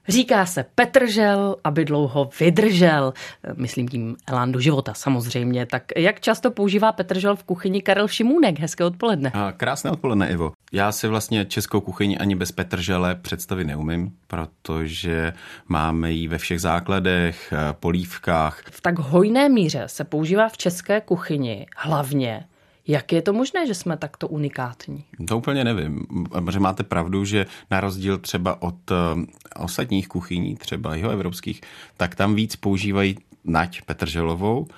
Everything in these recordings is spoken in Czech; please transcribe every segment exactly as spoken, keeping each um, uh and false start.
Říká se petržel, aby dlouho vydržel. Myslím tím elán do života samozřejmě. Tak jak často používá petržel v kuchyni Karel Šimůnek? Hezké odpoledne. A krásné odpoledne, Ivo. Já si vlastně českou kuchyni ani bez petržele představit neumím, protože máme ji ve všech základech, polívkách. V tak hojné míře se používá v české kuchyni hlavně. Jak je to možné, že jsme takto unikátní? To úplně nevím, protože máte pravdu, že na rozdíl třeba od ostatních kuchyní, třeba jihoevropských, tak tam víc používají nať petrželovou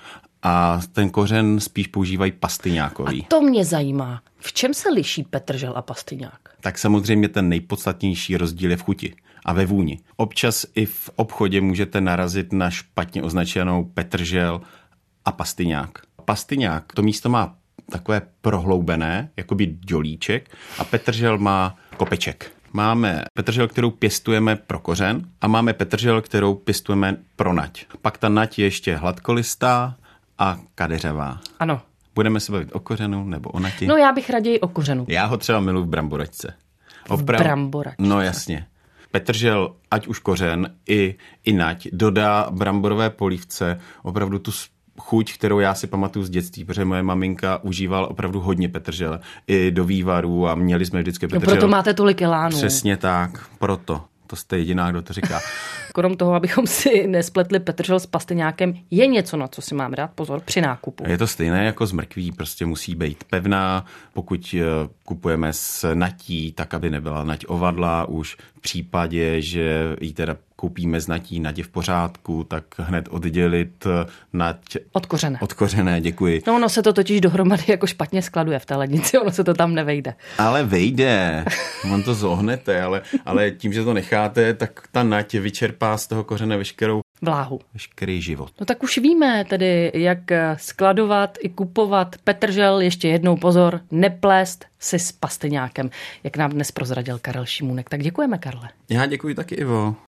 a ten kořen spíš používají pastyňákový. A to mě zajímá. V čem se liší petržel a pastyňák? Tak samozřejmě ten nejpodstatnější rozdíl je v chuti a ve vůni. Občas i v obchodě můžete narazit na špatně označenou petržel a pastyňák. Pastyňák to místo má takové prohloubené, jakoby dělíček, a petržel má kopeček. Máme petržel, kterou pěstujeme pro kořen, a máme petržel, kterou pěstujeme pro nať. Pak ta nať je ještě hladkolistá a kadeřavá. Ano. Budeme se bavit o kořenu nebo o nati? No já bych raději o kořenu. Já ho třeba miluji v bramboračce. Oprav... V bramboračce. No jasně. Petržel, ať už kořen i, i nať, dodá bramborové polívce opravdu tu chuť, kterou já si pamatuju z dětství, protože moje maminka užívala opravdu hodně petržele i do vývarů a měli jsme vždycky petržel. No proto máte tolik elánů. Přesně tak, proto. To jste jediná, kdo to říká. Krom toho, abychom si nespletli petržel s pastyňákem, je něco, na co si mám dát pozor při nákupu. Je to stejné jako z mrkví, prostě musí být pevná. Pokud kupujeme s natí, tak aby nebyla nať ovadlá, už v případě, že ji teda koupíme z natí, nať je v pořádku, tak hned oddělit nať od kořené. Od kořené, děkuji. No ono se to totiž dohromady jako špatně skladuje v té lednici, ono se to tam nevejde. Ale vejde, on to zohnete, ale, ale tím, že to necháte, tak ta nať vyčerpá z toho kořene veškerou vláhu. Veškerý život. No tak už víme tedy, jak skladovat i kupovat petržel. Ještě jednou pozor, neplést si s pastyňákem, jak nám dnes prozradil Karel Šimůnek. Tak děkujeme, Karle. Já děkuji taky, Ivo.